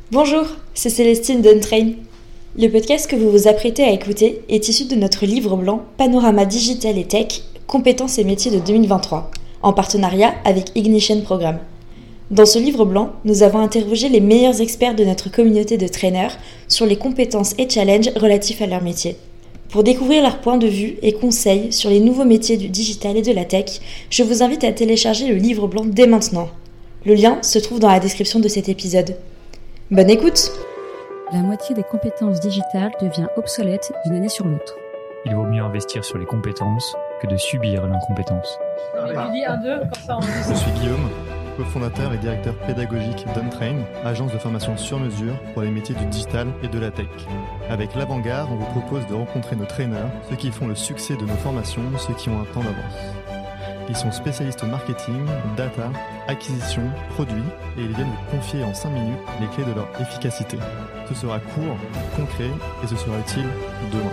Bonjour, c'est Célestine d'Untrain. Le podcast que vous vous apprêtez à écouter est issu de notre livre blanc Panorama Digital et Tech, compétences et métiers de 2023, en partenariat avec Ignition Programme. Dans ce livre blanc, nous avons interrogé les meilleurs experts de notre communauté de trainers sur les compétences et challenges relatifs à leur métier. Pour découvrir leurs points de vue et conseils sur les nouveaux métiers du digital et de la tech, je vous invite à télécharger le livre blanc dès maintenant. Le lien se trouve dans la description de cet épisode. Bonne écoute! La moitié des compétences digitales devient obsolète d'une année sur l'autre. Il vaut mieux investir sur les compétences que de subir l'incompétence. Tu dis 1, 2, comme ça on dit. Je suis Guillaume, cofondateur et directeur pédagogique d'Untrain, agence de formation sur mesure pour les métiers du digital et de la tech. Avec l'Avant-Garde, on vous propose de rencontrer nos trainers, ceux qui font le succès de nos formations, ceux qui ont un temps d'avance. Ils sont spécialistes marketing, data, acquisition, produits et ils viennent vous confier en 5 minutes les clés de leur efficacité. Ce sera court, concret et ce sera utile demain.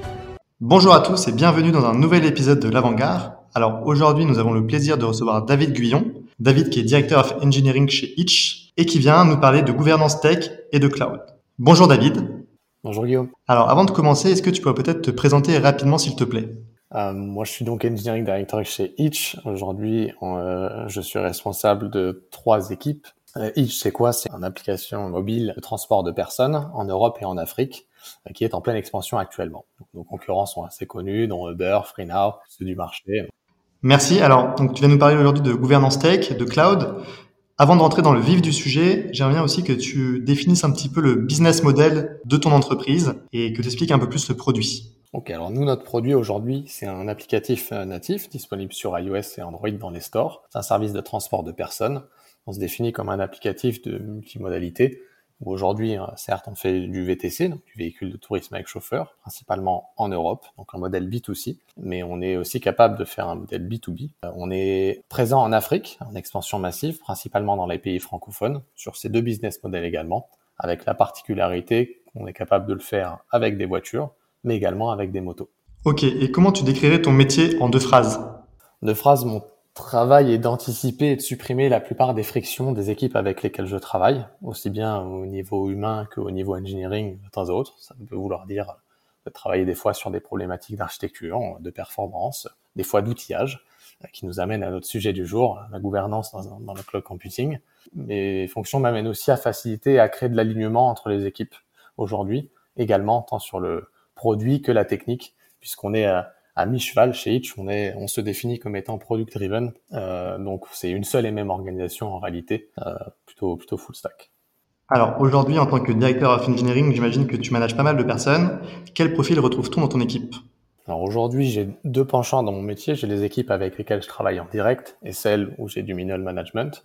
Bonjour à tous et bienvenue dans un nouvel épisode de l'Avant-Garde. Alors aujourd'hui, nous avons le plaisir de recevoir David Guyon. David qui est directeur of engineering chez Itch et qui vient nous parler de gouvernance tech et de cloud. Bonjour David. Bonjour Guillaume. Alors avant de commencer, est-ce que tu pourrais peut-être te présenter rapidement s'il te plaît ? Moi, je suis donc engineering director chez Itch. Aujourd'hui, je suis responsable de 3 équipes. Itch, c'est quoi ? C'est une application mobile de transport de personnes en Europe et en Afrique qui est en pleine expansion actuellement. Donc, nos concurrents sont assez connus, dont Uber, FreeNow, ceux du marché. Merci. Alors, donc, tu vas nous parler aujourd'hui de gouvernance tech, de cloud. Avant de rentrer dans le vif du sujet, j'aimerais bien aussi que tu définisses un petit peu le business model de ton entreprise et que tu expliques un peu plus le produit. Ok, alors nous, notre produit aujourd'hui, c'est un applicatif natif disponible sur iOS et Android dans les stores. C'est un service de transport de personnes. On se définit comme un applicatif de multimodalité où aujourd'hui, certes, on fait du VTC, donc du véhicule de tourisme avec chauffeur, principalement en Europe, donc un modèle B2C, mais on est aussi capable de faire un modèle B2B. On est présent en Afrique, en expansion massive, principalement dans les pays francophones, sur ces 2 business models également, avec la particularité qu'on est capable de le faire avec des voitures, mais également avec des motos. Ok, et comment tu décrirais ton métier en 2 phrases ? 2 phrases, mon travail est d'anticiper et de supprimer la plupart des frictions des équipes avec lesquelles je travaille, aussi bien au niveau humain qu'au niveau engineering de temps à autre. Ça peut vouloir dire de travailler des fois sur des problématiques d'architecture, de performance, des fois d'outillage, qui nous amènent à notre sujet du jour, la gouvernance dans le cloud computing. Mes fonctions m'amènent aussi à faciliter et à créer de l'alignement entre les équipes aujourd'hui, également tant sur le produit que la technique, puisqu'on est à mi-cheval chez Itch, on se définit comme étant product driven, donc c'est une seule et même organisation en réalité, plutôt full stack. Alors aujourd'hui, en tant que directeur of engineering, j'imagine que tu manages pas mal de personnes. Quel profil retrouve-t-on dans ton équipe ? Alors aujourd'hui, j'ai 2 penchants dans mon métier. J'ai les équipes avec lesquelles je travaille en direct et celles où j'ai du middle management.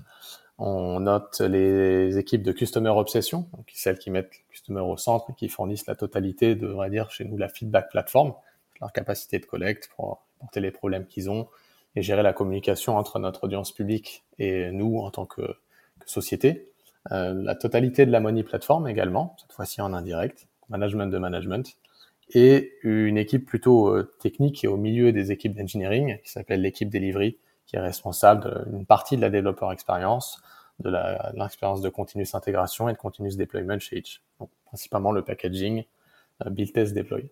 On note les équipes de Customer Obsession, donc celles qui mettent le customer au centre et qui fournissent la totalité de, on va dire, chez nous, la feedback platform, leur capacité de collecte pour porter les problèmes qu'ils ont et gérer la communication entre notre audience publique et nous en tant que société. La totalité de la money platform également, cette fois-ci en indirect, management de management, et une équipe plutôt technique et au milieu des équipes d'engineering qui s'appelle l'équipe delivery, qui est responsable d'une partie de la développeur expérience, de l'expérience de continuous intégration et de continuous deployment chez Itch. Donc, principalement le packaging, build, test, deploy.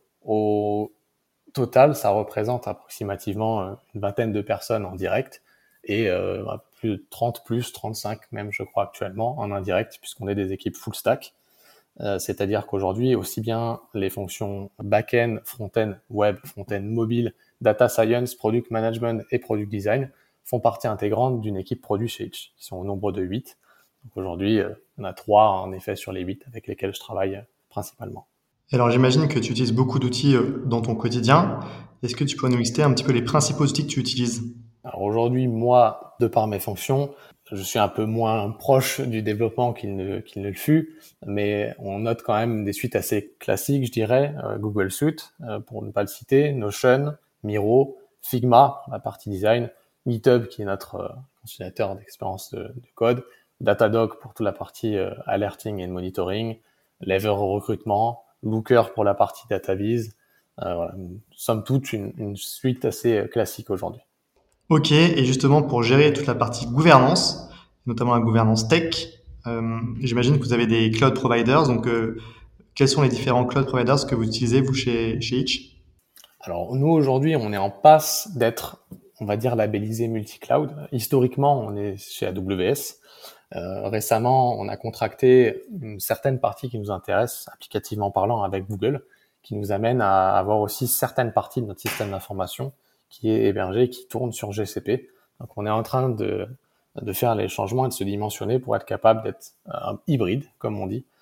Au total, ça représente approximativement une vingtaine de personnes en direct et plus de 30 plus, 35 même je crois actuellement en indirect puisqu'on est des équipes full stack. C'est-à-dire qu'aujourd'hui, aussi bien les fonctions back-end, front-end, web, front-end mobile, data science, product management et product design font partie intégrante d'une équipe produit chez Itch, qui sont au nombre de 8. Donc aujourd'hui, on a 3 en effet sur les 8 avec lesquels je travaille principalement. Et alors j'imagine que tu utilises beaucoup d'outils dans ton quotidien. Est-ce que tu pourrais nous lister un petit peu les principaux outils que tu utilises ? Alors aujourd'hui, moi, de par mes fonctions, je suis un peu moins proche du développement qu'il ne le fut, mais on note quand même des suites assez classiques, je dirais, Google Suite, pour ne pas le citer, Notion, Miro, Figma, pour la partie design, GitHub, qui est notre consolidateur d'expérience de code, Datadog pour toute la partie alerting et monitoring, Lever au recrutement, Looker pour la partie DataVis, voilà, somme toute une suite assez classique aujourd'hui. Ok, et justement pour gérer toute la partie gouvernance, notamment la gouvernance tech, J'imagine que vous avez des cloud providers, donc quels sont les différents cloud providers que vous utilisez, vous, chez Hitch? Alors nous aujourd'hui, on est en passe d'être, on va dire, labellisé multi-cloud. Historiquement, on est chez AWS. Récemment, on a contracté une certaine partie qui nous intéresse, applicativement parlant, avec Google, qui nous amène à avoir aussi certaines parties de notre système d'information qui est hébergé, qui tourne sur GCP. Donc on est en train de faire les changements et de se dimensionner pour être capable d'être hybride, comme on dit,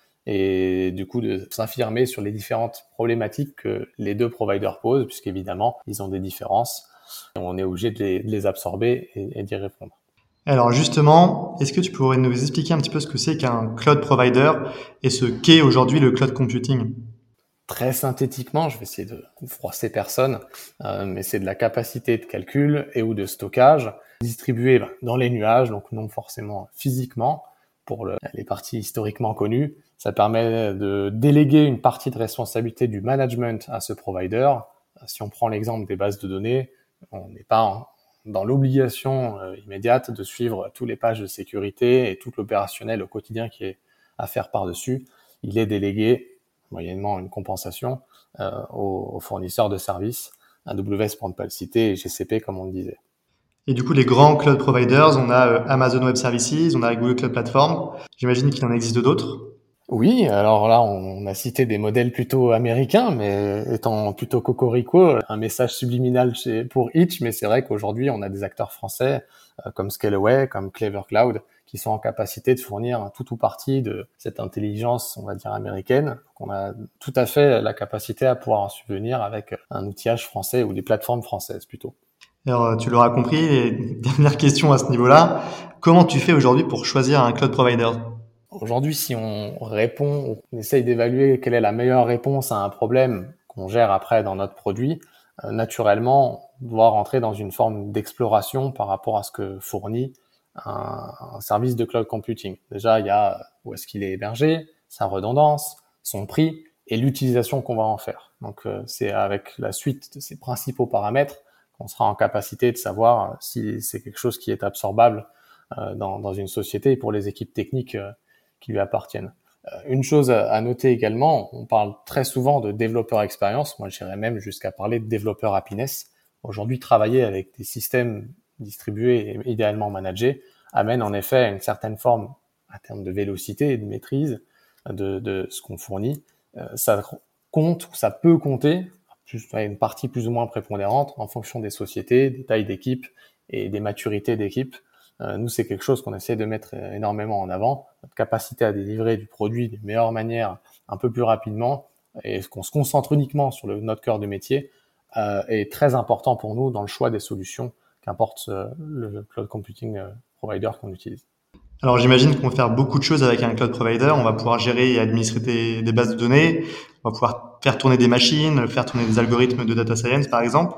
et du coup de s'affirmer sur les différentes problématiques que les deux providers posent, puisqu'évidemment, ils ont des différences. Et on est obligé de les absorber et d'y répondre. Alors justement, est-ce que tu pourrais nous expliquer un petit peu ce que c'est qu'un cloud provider et ce qu'est aujourd'hui le cloud computing? Très synthétiquement, je vais essayer de froisser personne, mais c'est de la capacité de calcul et ou de stockage distribuée dans les nuages, donc non forcément physiquement pour les parties historiquement connues. Ça permet de déléguer une partie de responsabilité du management à ce provider. Si on prend l'exemple des bases de données, on n'est pas dans l'obligation immédiate de suivre tous les pages de sécurité et tout l'opérationnel au quotidien qui est à faire par-dessus. Il est délégué moyennement une compensation aux fournisseurs de services, AWS pour ne pas le citer, et GCP comme on le disait. Et du coup, les grands cloud providers, on a Amazon Web Services, on a Google Cloud Platform. J'imagine qu'il en existe d'autres. Oui, alors là, on a cité des modèles plutôt américains, mais étant plutôt cocorico, un message subliminal pour Hitch, mais c'est vrai qu'aujourd'hui, on a des acteurs français comme Scaleway, comme Clever Cloud, qui sont en capacité de fournir tout ou partie de cette intelligence, on va dire, américaine. Donc, on a tout à fait la capacité à pouvoir en subvenir avec un outillage français ou des plateformes françaises plutôt. Alors, tu l'auras compris, et dernière question à ce niveau-là. Comment tu fais aujourd'hui pour choisir un cloud provider? Aujourd'hui, si on essaye d'évaluer quelle est la meilleure réponse à un problème qu'on gère après dans notre produit, naturellement, on doit rentrer dans une forme d'exploration par rapport à ce que fournit un service de cloud computing. Déjà, il y a où est-ce qu'il est hébergé, sa redondance, son prix et l'utilisation qu'on va en faire. Donc, c'est avec la suite de ces principaux paramètres qu'on sera en capacité de savoir si c'est quelque chose qui est absorbable dans une société et pour les équipes techniques qui lui appartiennent. Une chose à noter également, on parle très souvent de développeur expérience. Moi, j'irais même jusqu'à parler de développeur happiness. Aujourd'hui, travailler avec des systèmes distribués et idéalement managés amène en effet à une certaine forme, à terme de vélocité et de maîtrise de ce qu'on fournit. Ça compte, ça peut compter, une partie plus ou moins prépondérante en fonction des sociétés, des tailles d'équipe et des maturités d'équipe. Nous, c'est quelque chose qu'on essaie de mettre énormément en avant, notre capacité à délivrer du produit de meilleure manière, un peu plus rapidement, et qu'on se concentre uniquement sur notre cœur de métier, est très important pour nous dans le choix des solutions qu'importe le cloud computing provider qu'on utilise. Alors, j'imagine qu'on va faire beaucoup de choses avec un cloud provider. On va pouvoir gérer et administrer des bases de données. On va pouvoir faire tourner des machines, faire tourner des algorithmes de data science, par exemple.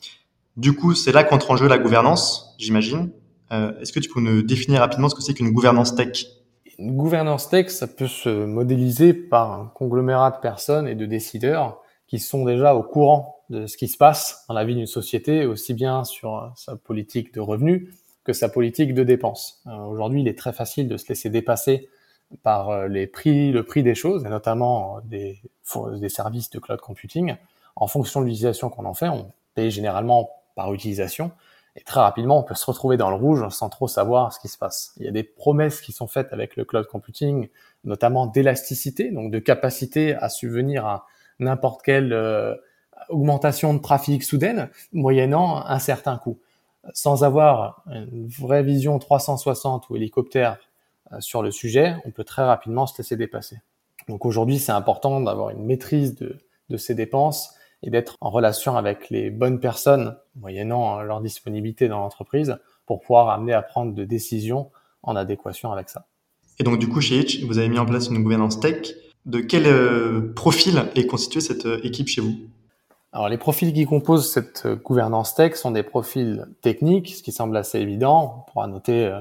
Du coup, c'est là qu'entre en jeu la gouvernance, j'imagine. Est-ce que tu peux nous définir rapidement ce que c'est qu'une gouvernance tech? Une gouvernance tech, ça peut se modéliser par un conglomérat de personnes et de décideurs qui sont déjà au courant de ce qui se passe dans la vie d'une société, aussi bien sur sa politique de revenus que sa politique de dépenses. Aujourd'hui, il est très facile de se laisser dépasser par le prix des choses, et notamment des services de cloud computing. En fonction de l'utilisation qu'on en fait, on paye généralement par utilisation. Et très rapidement, on peut se retrouver dans le rouge sans trop savoir ce qui se passe. Il y a des promesses qui sont faites avec le cloud computing, notamment d'élasticité, donc de capacité à subvenir à n'importe quelle augmentation de trafic soudaine, moyennant un certain coût. Sans avoir une vraie vision 360 ou hélicoptère sur le sujet, on peut très rapidement se laisser dépasser. Donc aujourd'hui, c'est important d'avoir une maîtrise de ces dépenses et d'être en relation avec les bonnes personnes, moyennant leur disponibilité dans l'entreprise, pour pouvoir amener à prendre des décisions en adéquation avec ça. Et donc, du coup, chez Hitch, vous avez mis en place une gouvernance tech. De quel profil est constituée cette équipe chez vous? Alors, les profils qui composent cette gouvernance tech sont des profils techniques, ce qui semble assez évident. On pourra noter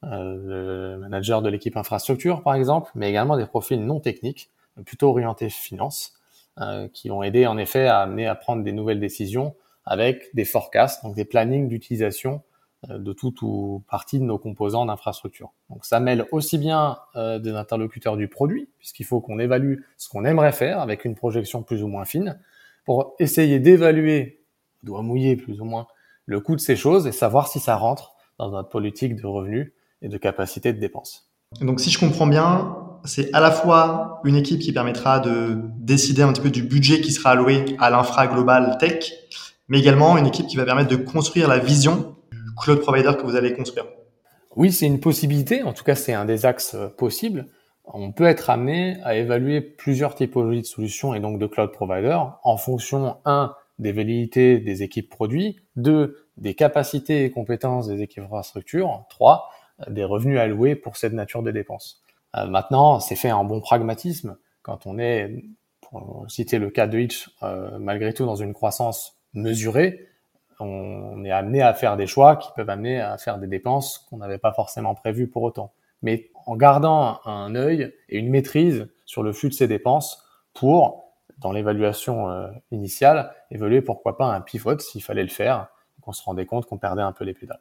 le manager de l'équipe infrastructure, par exemple, mais également des profils non techniques, plutôt orientés finance, qui vont aider en effet à amener à prendre des nouvelles décisions avec des forecasts, donc des plannings d'utilisation de toute ou partie de nos composants d'infrastructure. Donc ça mêle aussi bien des interlocuteurs du produit, puisqu'il faut qu'on évalue ce qu'on aimerait faire avec une projection plus ou moins fine, pour essayer d'évaluer, doigt mouillé plus ou moins, le coût de ces choses et savoir si ça rentre dans notre politique de revenus et de capacité de dépenses. Donc si je comprends bien, c'est à la fois une équipe qui permettra de décider un petit peu du budget qui sera alloué à l'infra global tech, mais également une équipe qui va permettre de construire la vision du cloud provider que vous allez construire. Oui, c'est une possibilité. En tout cas, c'est un des axes possibles. On peut être amené à évaluer plusieurs typologies de solutions et donc de cloud provider en fonction, 1, des velléités des équipes produits, 2, des capacités et compétences des équipes infrastructure, 3, des revenus alloués pour cette nature de dépenses. Maintenant, c'est fait en bon pragmatisme. Quand on est, pour citer le cas de Hitch, malgré tout dans une croissance mesurée, on est amené à faire des choix qui peuvent amener à faire des dépenses qu'on n'avait pas forcément prévues pour autant. Mais en gardant un œil et une maîtrise sur le flux de ces dépenses pour, dans l'évaluation initiale, évaluer pourquoi pas un pivot s'il fallait le faire, qu'on se rendait compte qu'on perdait un peu les pédales.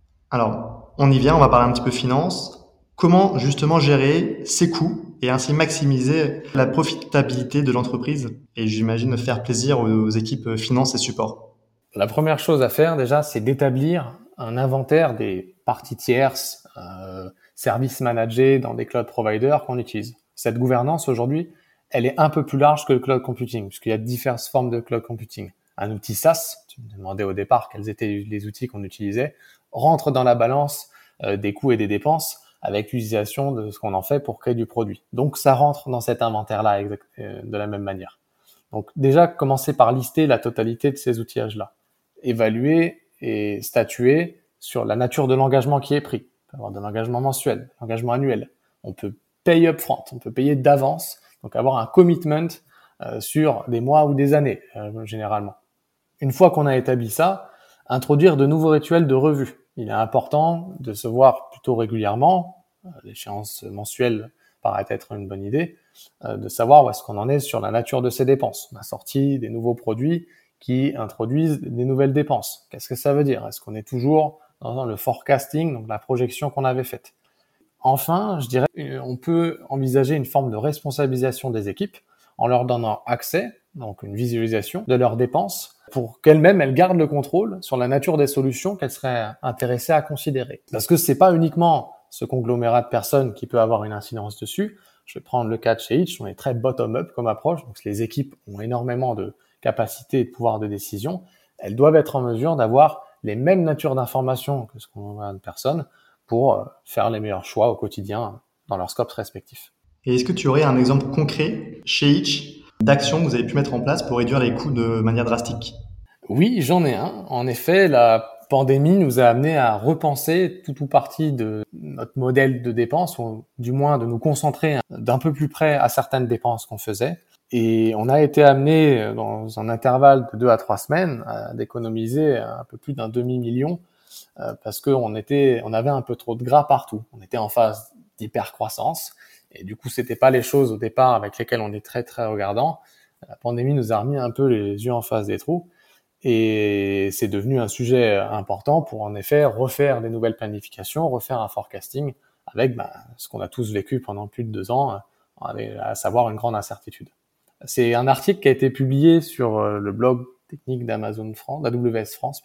Alors, on y vient, on va parler un petit peu finance. Comment justement gérer ses coûts et ainsi maximiser la profitabilité de l'entreprise et j'imagine faire plaisir aux équipes finance et support? La première chose à faire déjà, c'est d'établir un inventaire des parties tierces, services managés dans des cloud providers qu'on utilise. Cette gouvernance aujourd'hui, elle est un peu plus large que le cloud computing, puisqu'il y a diverses formes de cloud computing. Un outil SaaS, tu me demandais au départ quels étaient les outils qu'on utilisait, rentre dans la balance des coûts et des dépenses avec l'utilisation de ce qu'on en fait pour créer du produit. Donc ça rentre dans cet inventaire-là de la même manière. Donc déjà, commencer par lister la totalité de ces outillages-là. Évaluer et statuer sur la nature de l'engagement qui est pris. On peut avoir de l'engagement mensuel, l'engagement annuel. On peut payer upfront, on peut payer d'avance, donc avoir un commitment sur des mois ou des années, généralement. Une fois qu'on a établi ça, introduire de nouveaux rituels de revue. Il est important de se voir plutôt régulièrement, l'échéance mensuelle paraît être une bonne idée, de savoir où est-ce qu'on en est sur la nature de ces dépenses. On a sorti des nouveaux produits qui introduisent des nouvelles dépenses. Qu'est-ce que ça veut dire? Est-ce qu'on est toujours dans le forecasting, donc la projection qu'on avait faite? Enfin, je dirais, on peut envisager une forme de responsabilisation des équipes en leur donnant accès, donc une visualisation de leurs dépenses, pour qu'elles-mêmes, elles gardent le contrôle sur la nature des solutions qu'elles seraient intéressées à considérer. Parce que c'est pas uniquement ce conglomérat de personnes qui peut avoir une incidence dessus. Je vais prendre le cas de chez Hitch, on est très bottom-up comme approche, donc les équipes ont énormément de capacités et de pouvoir de décision. Elles doivent être en mesure d'avoir les mêmes natures d'informations que ce conglomérat de personnes pour faire les meilleurs choix au quotidien dans leurs scopes respectifs. Et est-ce que tu aurais un exemple concret chez Hitch d'actions que vous avez pu mettre en place pour réduire les coûts de manière drastique? Oui, j'en ai un. En effet, la pandémie nous a amené à repenser tout ou partie de notre modèle de dépenses, ou du moins de nous concentrer d'un peu plus près à certaines dépenses qu'on faisait. Et on a été amené, dans un intervalle de 2 à 3 semaines, à d'économiser un peu plus d'un demi-million parce qu'on avait un peu trop de gras partout. On était en phase d'hypercroissance et du coup, c'était pas les choses au départ avec lesquelles on est très très regardant. La pandémie nous a remis un peu les yeux en face des trous et c'est devenu un sujet important pour en effet refaire des nouvelles planifications, refaire un forecasting avec ce qu'on a tous vécu pendant plus de 2 ans, à savoir une grande incertitude. C'est un article qui a été publié sur le blog technique d'Amazon France, d'AWS France,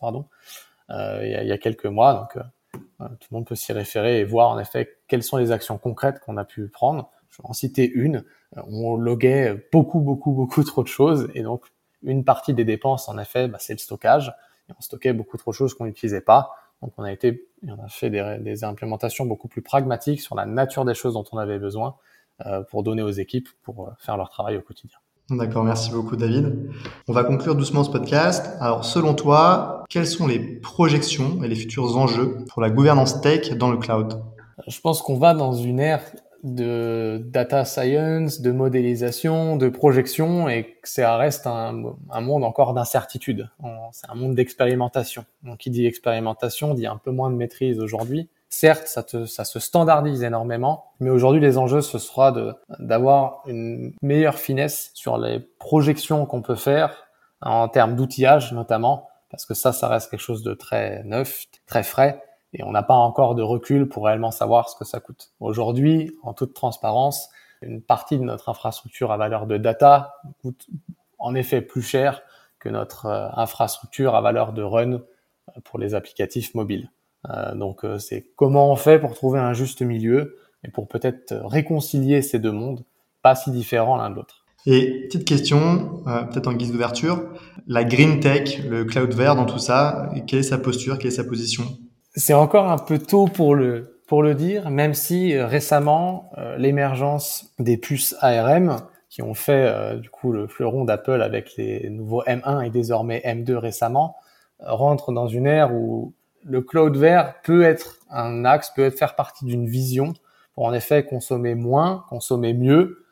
il y a quelques mois. Donc, tout le monde peut s'y référer et voir en effet quelles sont les actions concrètes qu'on a pu prendre. Je vais en citer une. On loguait beaucoup trop de choses et donc une partie des dépenses, en effet, c'est le stockage. Et on stockait beaucoup trop de choses qu'on n'utilisait pas. Donc, on a fait des implémentations beaucoup plus pragmatiques sur la nature des choses dont on avait besoin pour donner aux équipes pour faire leur travail au quotidien. D'accord, merci beaucoup David. On va conclure doucement ce podcast. Alors selon toi, quelles sont les projections et les futurs enjeux pour la gouvernance tech dans le cloud? Je pense qu'on va dans une ère de data science, de modélisation, de projection et que ça reste un monde encore d'incertitude. C'est un monde d'expérimentation. Donc qui dit expérimentation dit un peu moins de maîtrise aujourd'hui. Certes, ça se standardise énormément, mais aujourd'hui, les enjeux, ce sera d'avoir une meilleure finesse sur les projections qu'on peut faire en termes d'outillage, notamment, parce que ça reste quelque chose de très neuf, très frais, et on n'a pas encore de recul pour réellement savoir ce que ça coûte. Aujourd'hui, en toute transparence, une partie de notre infrastructure à valeur de data coûte en effet plus cher que notre infrastructure à valeur de run pour les applicatifs mobiles. Donc c'est comment on fait pour trouver un juste milieu et pour peut-être réconcilier ces deux mondes, pas si différents l'un de l'autre. Et petite question, peut-être en guise d'ouverture, la green tech, le cloud vert dans tout ça, quelle est sa posture, quelle est sa position? C'est encore un peu tôt pour le dire, même si récemment l'émergence des puces ARM qui ont fait du coup le fleuron d'Apple avec les nouveaux M1 et désormais M2 récemment rentre dans une ère où le cloud vert peut être un axe, peut faire partie d'une vision pour en effet consommer moins, consommer mieux,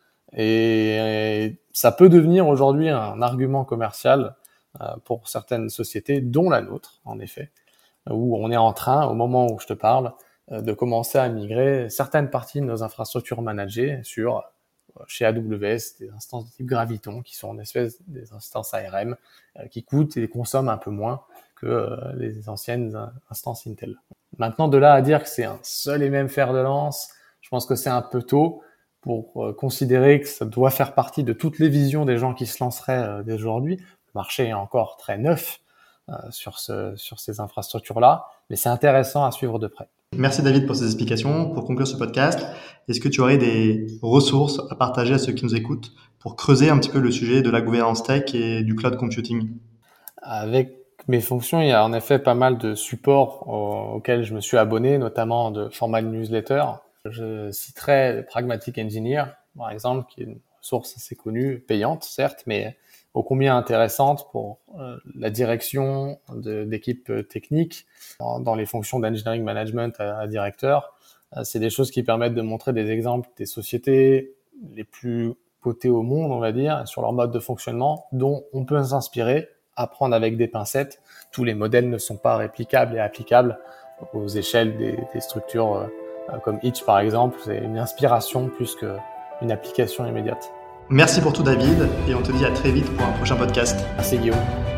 et ça peut devenir aujourd'hui un argument commercial pour certaines sociétés, dont la nôtre en effet, où on est en train, au moment où je te parle, de commencer à migrer certaines parties de nos infrastructures managées chez AWS, des instances de type Graviton, qui sont en espèce des instances ARM, qui coûtent et consomment un peu moins que les anciennes instances Intel. Maintenant, de là à dire que c'est un seul et même fer de lance, je pense que c'est un peu tôt pour considérer que ça doit faire partie de toutes les visions des gens qui se lanceraient dès aujourd'hui. Le marché est encore très neuf sur ces infrastructures-là, mais c'est intéressant à suivre de près. Merci David pour ces explications. Pour conclure ce podcast, est-ce que tu aurais des ressources à partager à ceux qui nous écoutent pour creuser un petit peu le sujet de la gouvernance tech et du cloud computing? Avec mes fonctions, il y a en effet pas mal de supports auxquels je me suis abonné, notamment de format de newsletter. Je citerai Pragmatic Engineer, par exemple, qui est une source assez connue, payante certes, mais ô combien intéressante pour la direction d'équipes techniques dans les fonctions d'engineering management à directeur. C'est des choses qui permettent de montrer des exemples des sociétés les plus cotées au monde, on va dire, sur leur mode de fonctionnement, dont on peut s'inspirer, apprendre avec des pincettes. Tous les modèles ne sont pas réplicables et applicables aux échelles des structures comme Hitch par exemple. C'est une inspiration plus qu'une application immédiate. Merci pour tout David et on te dit à très vite pour un prochain podcast. Merci Guillaume.